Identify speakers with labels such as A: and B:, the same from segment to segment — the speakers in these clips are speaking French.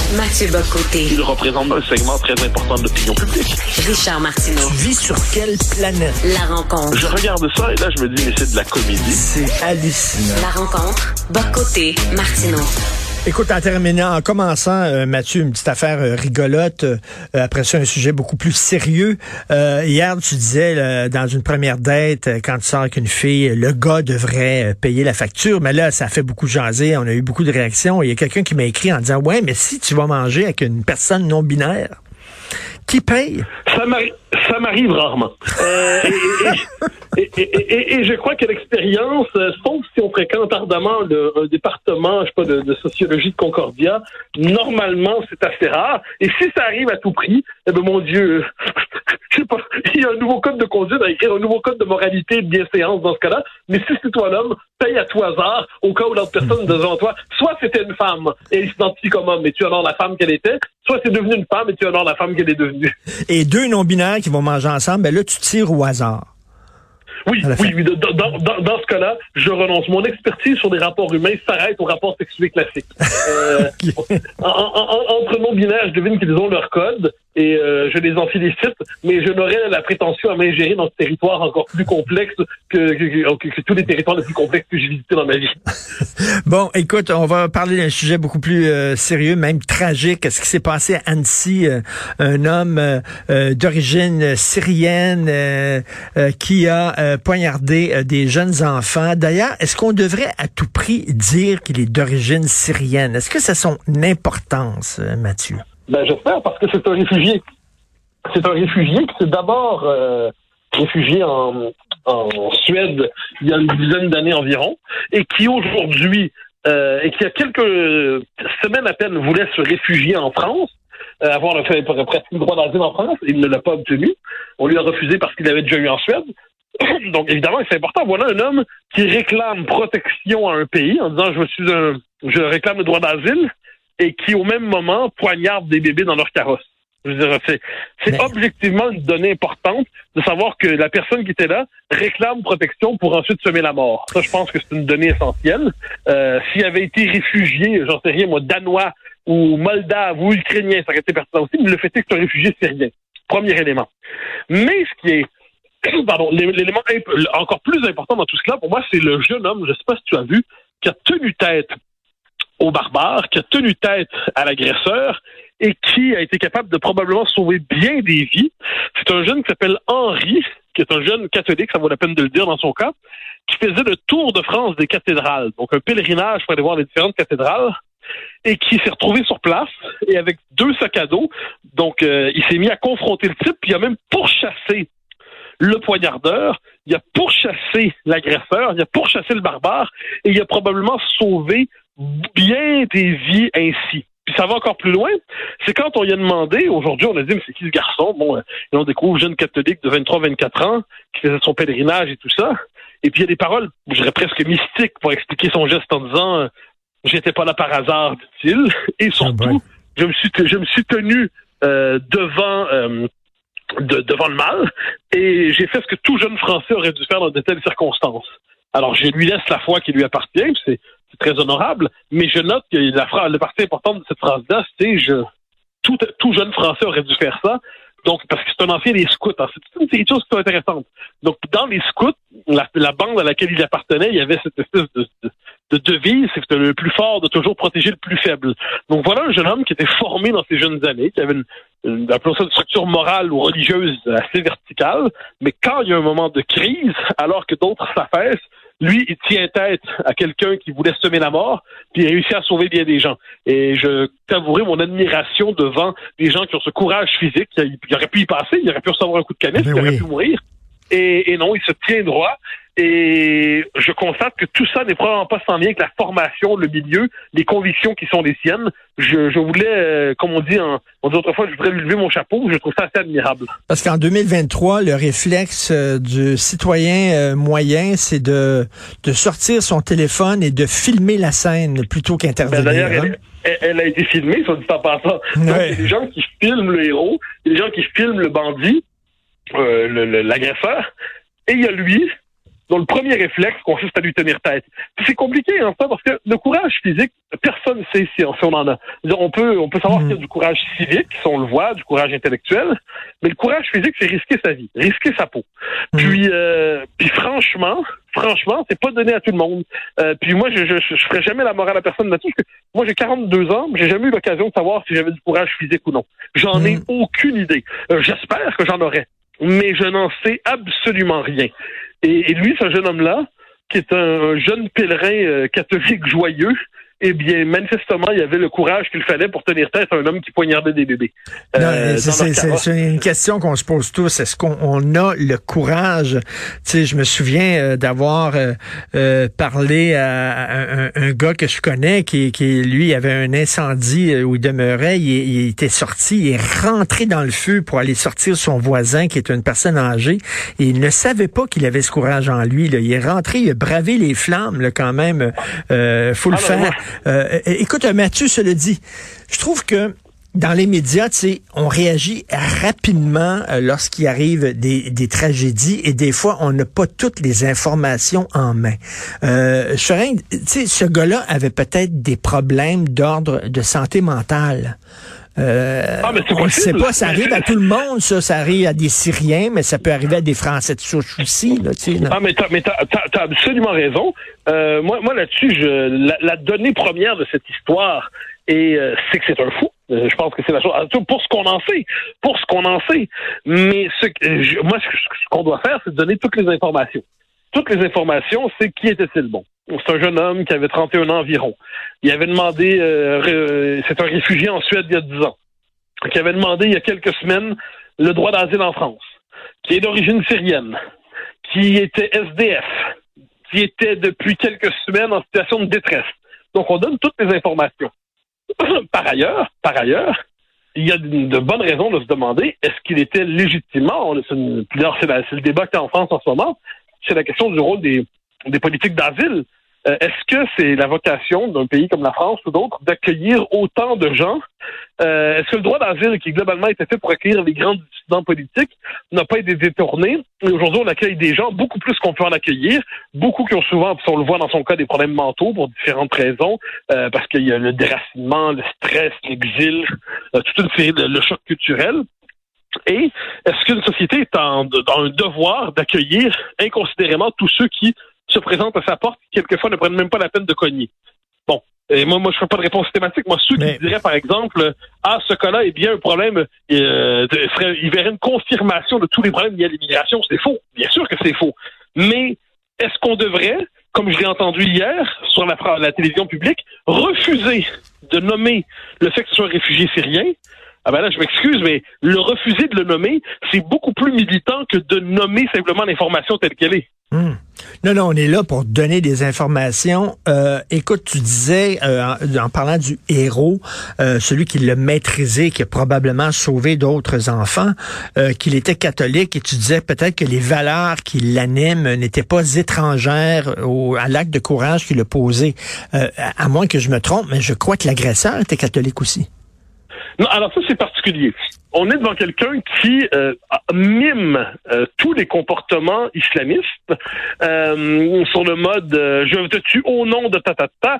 A: Mathieu Bock-Côté.
B: Il représente un segment très important de l'opinion publique.
A: Richard Martineau.
C: Tu vis sur quelle planète?
A: La rencontre.
B: Je regarde ça et là, je me dis, mais c'est de la comédie.
C: C'est hallucinant.
A: La rencontre. Bock-Côté. Martineau.
C: Écoute, en commençant, Mathieu, une petite affaire rigolote. Après ça, un sujet beaucoup plus sérieux. Hier, tu disais, dans une première date, quand tu sors avec une fille, le gars devrait payer la facture. Mais là, ça a fait beaucoup jaser. On a eu beaucoup de réactions. Il y a quelqu'un qui m'a écrit en disant, ouais, mais si tu vas manger avec une personne non binaire, qui paye?
B: Ça m'arrive rarement. Et je crois que l'expérience, sauf si on fréquente ardemment un département, je sais pas, de sociologie de Concordia, normalement, c'est assez rare. Et si ça arrive à tout prix, eh ben, mon Dieu, je sais pas, il y a un nouveau code de conduite à écrire, un nouveau code de moralité et de bienséance dans ce cas-là. Mais si c'est toi l'homme, paye à tout hasard, au cas où l'autre personne devant toi, soit c'était une femme et elle s'identifie comme homme, mais tu honores la femme qu'elle était, soit c'est devenu une femme et tu honores la femme qu'elle est devenue.
C: Et deux non-binaires qui vont manger ensemble, ben là, tu tires au hasard.
B: Oui. Dans ce cas-là, je renonce. Mon expertise sur les rapports humains s'arrête aux rapports sexuels classiques. Entre non-binaires, je devine qu'ils ont leur code et je les en félicite, mais je n'aurais la prétention à m'ingérer dans ce territoire encore plus complexe que tous les territoires les plus complexes que j'ai visités dans ma vie.
C: Bon, écoute, on va parler d'un sujet beaucoup plus sérieux, même tragique. Ce qui s'est passé à Annecy, un homme d'origine syrienne qui a poignardé des jeunes enfants. D'ailleurs, est-ce qu'on devrait à tout prix dire qu'il est d'origine syrienne? Est-ce que ça a son importance, Mathieu?
B: Ben, j'espère, parce que c'est un réfugié. C'est un réfugié qui s'est d'abord réfugié en Suède il y a une dizaine d'années environ, et qui aujourd'hui, et qui a quelques semaines à peine voulait se réfugier en France, avoir pratiqué le droit d'asile en France, il ne l'a pas obtenu. On lui a refusé parce qu'il avait déjà eu en Suède. Donc évidemment, c'est important. Voilà un homme qui réclame protection à un pays en disant je réclame le droit d'asile, et qui au même moment poignarde des bébés dans leur carrosse. Je veux dire, c'est objectivement une donnée importante de savoir que la personne qui était là réclame protection pour ensuite semer la mort. Ça, je pense que c'est une donnée essentielle. S'il avait été réfugié, j'en sais rien, moi, danois ou moldave ou ukrainien, ça aurait été pertinent aussi, mais le fait est que c'est un réfugié syrien. Premier élément. Mais ce qui est l'élément encore plus important dans tout cela, pour moi, c'est le jeune homme, je ne sais pas si tu as vu, qui a tenu tête aux barbares, qui a tenu tête à l'agresseur et qui a été capable de probablement sauver bien des vies. C'est un jeune qui s'appelle Henri, qui est un jeune catholique, ça vaut la peine de le dire dans son cas, qui faisait le tour de France des cathédrales, donc un pèlerinage pour aller voir les différentes cathédrales, et qui s'est retrouvé sur place, et avec 2 sacs à dos, donc il s'est mis à confronter le type, puis il a même pourchassé le poignardeur, il a pourchassé l'agresseur, il a pourchassé le barbare, et il a probablement sauvé bien des vies ainsi. Puis ça va encore plus loin, c'est quand on y a demandé, aujourd'hui on a dit, mais c'est qui ce garçon? Bon, et on découvre jeune catholique de 23-24 ans, qui faisait son pèlerinage et tout ça, et puis il y a des paroles, je dirais presque mystiques, pour expliquer son geste en disant, j'étais pas là par hasard, dit-il, et surtout, je me suis tenu devant le mal, et j'ai fait ce que tout jeune Français aurait dû faire dans de telles circonstances. Alors, je lui laisse la foi qui lui appartient, c'est très honorable, mais je note que la partie importante de cette phrase-là, c'est tout jeune Français aurait dû faire ça, donc parce que c'est un ancien des scouts. Hein, c'est une chose qui est intéressante. Donc, dans les scouts, la bande à laquelle il appartenait, il y avait cette espèce de devise, c'est que le plus fort de toujours protéger le plus faible. Donc voilà un jeune homme qui était formé dans ses jeunes années, qui avait une structure morale ou religieuse assez verticale, mais quand il y a un moment de crise, alors que d'autres s'affaissent, lui, il tient tête à quelqu'un qui voulait semer la mort, puis il réussit à sauver bien des gens. Et je t'avouerai mon admiration devant des gens qui ont ce courage physique. Il aurait pu y passer, il aurait pu recevoir un coup de canif, il aurait pu mourir. Et non, il se tient droit. Et je constate que tout ça n'est probablement pas sans lien avec la formation, le milieu, les convictions qui sont les siennes. Je voulais, comme on dit autrefois, je voudrais lui lever mon chapeau. Je trouve ça assez admirable. Parce
C: qu'en 2023, le réflexe du citoyen moyen, c'est de sortir son téléphone et de filmer la scène plutôt qu'intervenir.
B: D'ailleurs, elle a été filmée, ça dit en passant. Donc, il y a des gens qui filment le héros, il y a des gens qui filment le bandit, l'agresseur, et il y a lui dont le premier réflexe consiste à lui tenir tête. Puis c'est compliqué, en fait, parce que le courage physique, personne ne sait si on en a. On peut savoir qu'il y a du courage civique, si on le voit, du courage intellectuel, mais le courage physique, c'est risquer sa vie, risquer sa peau. Puis franchement, c'est pas donné à tout le monde. Puis moi, je ferai jamais la morale à personne là-dessus, parce que moi, j'ai 42 ans, j'ai jamais eu l'occasion de savoir si j'avais du courage physique ou non. J'en ai aucune idée. J'espère que j'en aurais, mais je n'en sais absolument rien. Et lui, ce jeune homme-là, qui est un jeune pèlerin catholique joyeux, eh bien, manifestement, il y avait le courage qu'il fallait pour tenir tête à un homme qui poignardait des bébés.
C: C'est une question qu'on se pose tous. Est-ce qu'on a le courage? Tu sais, je me souviens d'avoir parlé à un gars que je connais qui lui, avait un incendie où il demeurait. Il était sorti, il est rentré dans le feu pour aller sortir son voisin qui est une personne âgée. Et il ne savait pas qu'il avait ce courage en lui. Là. Il est rentré, il a bravé les flammes là, quand même. Faut le faire. Écoute, Mathieu, cela dit, je trouve que dans les médias, on réagit rapidement lorsqu'il arrive des tragédies et des fois, on n'a pas toutes les informations en main. Charin, ce gars-là avait peut-être des problèmes d'ordre de santé mentale. On ne sait pas, ça arrive à tout le monde, ça arrive à des Syriens, mais ça peut arriver à des Français de souche aussi. Là,
B: mais t'as absolument raison. Moi là-dessus, la donnée première de cette histoire, c'est que c'est un fou. Je pense que c'est la chose. Pour ce qu'on en sait. Mais ce qu'on doit faire, c'est donner toutes les informations. Toutes les informations, c'est qui était-il bon? C'est un jeune homme qui avait 31 ans environ. Il avait demandé, c'est un réfugié en Suède il y a 10 ans, qui avait demandé il y a quelques semaines le droit d'asile en France, qui est d'origine syrienne, qui était SDF, qui était depuis quelques semaines en situation de détresse. Donc on donne toutes les informations. Par ailleurs, il y a de bonnes raisons de se demander est-ce qu'il était légitimement, c'est le débat qu'il y a en France en ce moment, c'est la question du rôle des politiques d'asile. Est-ce que c'est la vocation d'un pays comme la France ou d'autres d'accueillir autant de gens? Est-ce que le droit d'asile, qui globalement était fait pour accueillir les grands dissidents politiques, n'a pas été détourné? Et aujourd'hui, on accueille des gens beaucoup plus qu'on peut en accueillir. Beaucoup qui ont souvent, on le voit dans son cas, des problèmes mentaux pour différentes raisons, parce qu'il y a le déracinement, le stress, l'exil, toute une série le choc culturel. Et est-ce qu'une société est dans un devoir d'accueillir inconsidérément tous ceux qui se présentent à sa porte, qui quelquefois ne prennent même pas la peine de cogner? Bon, et moi je ferai pas de réponse systématique. Moi, ceux qui diraient, par exemple, ce cas-là est bien un problème, il verrait une confirmation de tous les problèmes liés à l'immigration, c'est faux. Bien sûr que c'est faux. Mais est-ce qu'on devrait, comme je l'ai entendu hier sur la télévision publique, refuser de nommer le fait que ce soit un réfugié syrien? Ah ben là, je m'excuse, mais le refuser de le nommer, c'est beaucoup plus militant que de nommer simplement l'information telle qu'elle est.
C: Non, on est là pour donner des informations. Écoute, tu disais, en parlant du héros, celui qui l'a maîtrisé, qui a probablement sauvé d'autres enfants, qu'il était catholique, et tu disais peut-être que les valeurs qui l'animent n'étaient pas étrangères à l'acte de courage qu'il a posé. À moins que je me trompe, mais je crois que l'agresseur était catholique aussi.
B: Non, alors ça, c'est particulier. On est devant quelqu'un qui mime tous les comportements islamistes sur le mode je te tue au nom de ta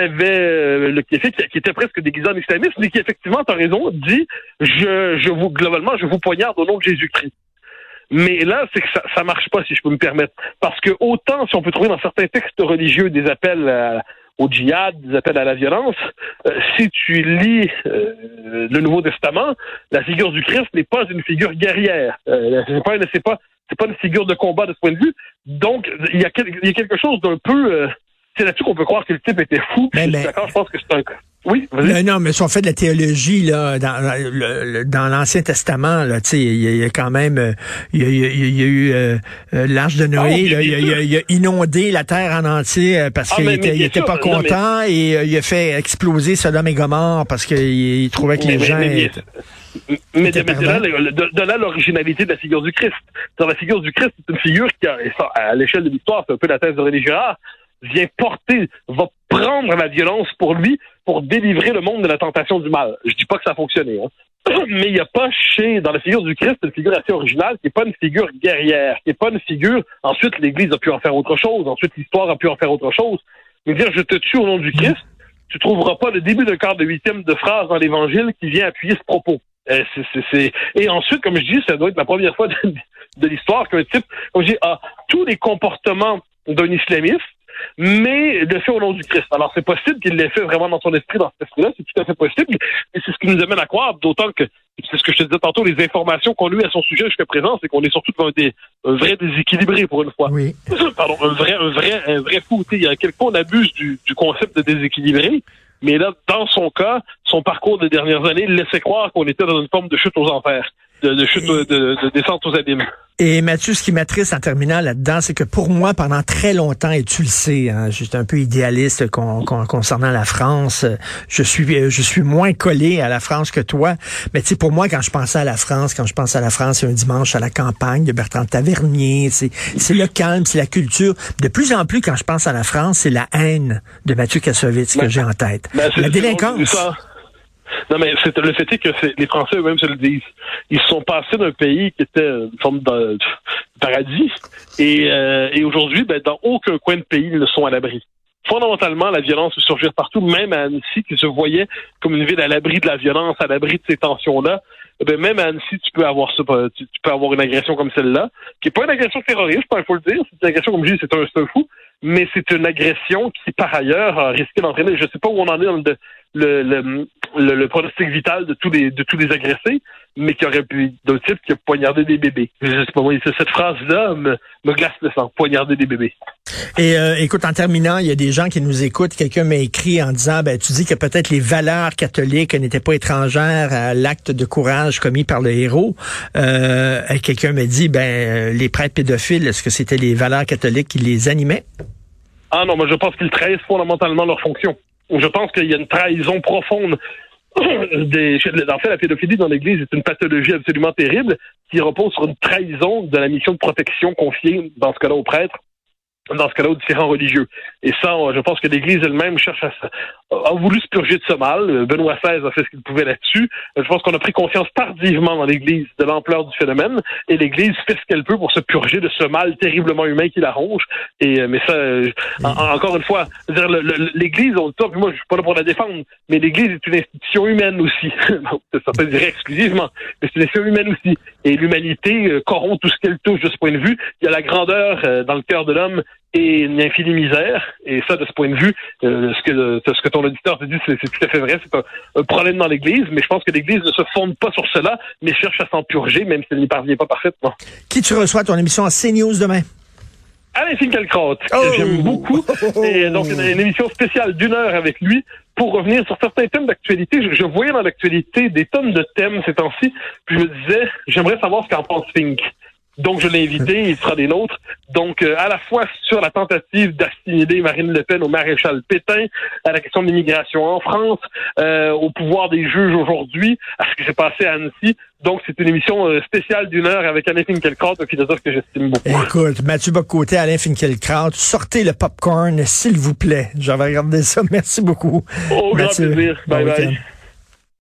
B: qui était presque déguisé en islamiste, mais qui effectivement, t'as raison, dit globalement, je vous poignarde au nom de Jésus-Christ. Mais là, c'est que ça marche pas, si je peux me permettre. Parce que autant, si on peut trouver dans certains textes religieux des appels au djihad, des appels à la violence, si tu lis le Nouveau Testament, la figure du Christ n'est pas une figure guerrière. C'est pas une figure de combat de ce point de vue. Donc, il y a quelque chose d'un peu... c'est là-dessus qu'on peut croire que le type était fou. D'accord, je pense que c'est un... Oui, vas-y.
C: Non, mais si on fait de la théologie là, dans l'Ancien Testament, là, tu sais, il y a quand même, il y a eu l'Arche de Noé, il a inondé la terre en entier parce qu'il était pas content et il a fait exploser Sodome et Gomorrhe parce qu'il trouvait que les gens
B: Mais de là l'originalité de la figure du Christ. Dans la figure du Christ, c'est une figure qui, à l'échelle de l'histoire, c'est un peu la thèse de René Girard, va prendre la violence pour lui pour délivrer le monde de la tentation du mal. Je dis pas que ça a fonctionné, hein. Mais il n'y a pas dans la figure du Christ, une figure assez originale, qui n'est pas une figure guerrière, qui n'est pas une figure, ensuite l'Église a pu en faire autre chose, ensuite l'histoire a pu en faire autre chose. Mais dire je te tue au nom du Christ, tu trouveras pas le début d'un quart de huitième de phrase dans l'Évangile qui vient appuyer ce propos. Et ensuite, comme je dis, ça doit être la première fois de l'histoire qu'un type, comme je dis, a tous les comportements d'un islamiste, mais le fait au nom du Christ. Alors, c'est possible qu'il l'ait fait vraiment dans son esprit, dans cet esprit-là, c'est tout à fait possible, et c'est ce qui nous amène à croire, d'autant que, c'est ce que je te disais tantôt, les informations qu'on a eues à son sujet jusqu'à présent, c'est qu'on est surtout devant un vrai déséquilibré, pour une fois.
C: Oui.
B: Pardon, un vrai fou. Il y a quelquefois, on abuse du concept de déséquilibré, mais là, dans son cas, son parcours des dernières années laissait croire qu'on était dans une forme de chute aux enfers, de chute de descente aux abîmes.
C: Et Mathieu, ce qui m'attriste en terminant là-dedans, c'est que pour moi, pendant très longtemps, et tu le sais, hein, je suis un peu idéaliste concernant la France, je suis moins collé à la France que toi, mais tu sais, pour moi, quand je pense à la France, c'est un dimanche à la campagne de Bertrand Tavernier, c'est le calme, c'est la culture. De plus en plus, quand je pense à la France, c'est la haine de Mathieu Kassovitz que j'ai en tête. La délinquance.
B: Non, mais le fait est que les Français eux-mêmes se le disent. Ils se sont passés d'un pays qui était une forme de paradis et aujourd'hui, dans aucun coin de pays, ils ne sont à l'abri. Fondamentalement, la violence peut surgir partout, même à Annecy, qui se voyait comme une ville à l'abri de la violence, à l'abri de ces tensions-là. Même à Annecy, tu peux avoir une agression comme celle-là, qui est pas une agression terroriste, il faut le dire. C'est une agression, comme je dis, c'est un fou, mais c'est une agression qui, par ailleurs, a risqué d'entraîner. Je sais pas où on en est dans le pronostic vital de tous les agressés, mais qui aurait pu d'un type qui a poignardé des bébés. Je sais pas moi, cette phrase-là me glace le sang, poignarder des bébés.
C: Et écoute, en terminant, il y a des gens qui nous écoutent. Quelqu'un m'a écrit en disant, tu dis que peut-être les valeurs catholiques n'étaient pas étrangères à l'acte de courage commis par le héros. Et quelqu'un m'a dit, les prêtres pédophiles, est-ce que c'était les valeurs catholiques qui les animaient?
B: Ah non, moi je pense qu'ils trahissent fondamentalement leur fonction. Je pense qu'il y a une trahison profonde. En fait, la pédophilie dans l'Église est une pathologie absolument terrible qui repose sur une trahison de la mission de protection confiée, dans ce cas-là, aux prêtres, dans ce cas-là, aux différents religieux. Et ça, je pense que l'Église elle-même a voulu se purger de ce mal. Benoît XVI a fait ce qu'il pouvait là-dessus. Je pense qu'on a pris conscience tardivement dans l'Église de l'ampleur du phénomène, et l'Église fait ce qu'elle peut pour se purger de ce mal terriblement humain qui la ronge. Mais ça, encore une fois, l'Église, moi je suis pas là pour la défendre, mais l'Église est une institution humaine aussi. Ça peut dire exclusivement, mais c'est une institution humaine aussi. Et l'humanité corrompt tout ce qu'elle touche de ce point de vue. Il y a la grandeur dans le cœur de l'homme et une infinie misère. Et ça, de ce point de vue, ce que ton auditeur te dit, c'est tout à fait vrai. C'est un problème dans l'Église, mais je pense que l'Église ne se fonde pas sur cela, mais cherche à s'en purger, même si elle n'y parvient pas parfaitement.
C: Qui tu reçois à ton émission à CNews demain?
B: Alain Finkielkraut, que j'aime beaucoup. Et donc, une émission spéciale d'1 heure avec lui pour revenir sur certains thèmes d'actualité. Je voyais dans l'actualité des tonnes de thèmes ces temps-ci, puis je me disais, j'aimerais savoir ce qu'en pense Fink. Donc, je l'ai invité, il sera des nôtres. Donc, à la fois sur la tentative d'assimiler Marine Le Pen au maréchal Pétain, à la question de l'immigration en France, au pouvoir des juges aujourd'hui, à ce qui s'est passé à Annecy. Donc, c'est une émission spéciale d'1 heure avec Alain Finkielkraut, un philosophe que j'estime beaucoup.
C: Écoute, Mathieu Bock-Côté, Alain Finkielkraut, sortez le popcorn, s'il vous plaît. Je vais regarder ça. Merci beaucoup.
B: Au grand plaisir. Bye bye.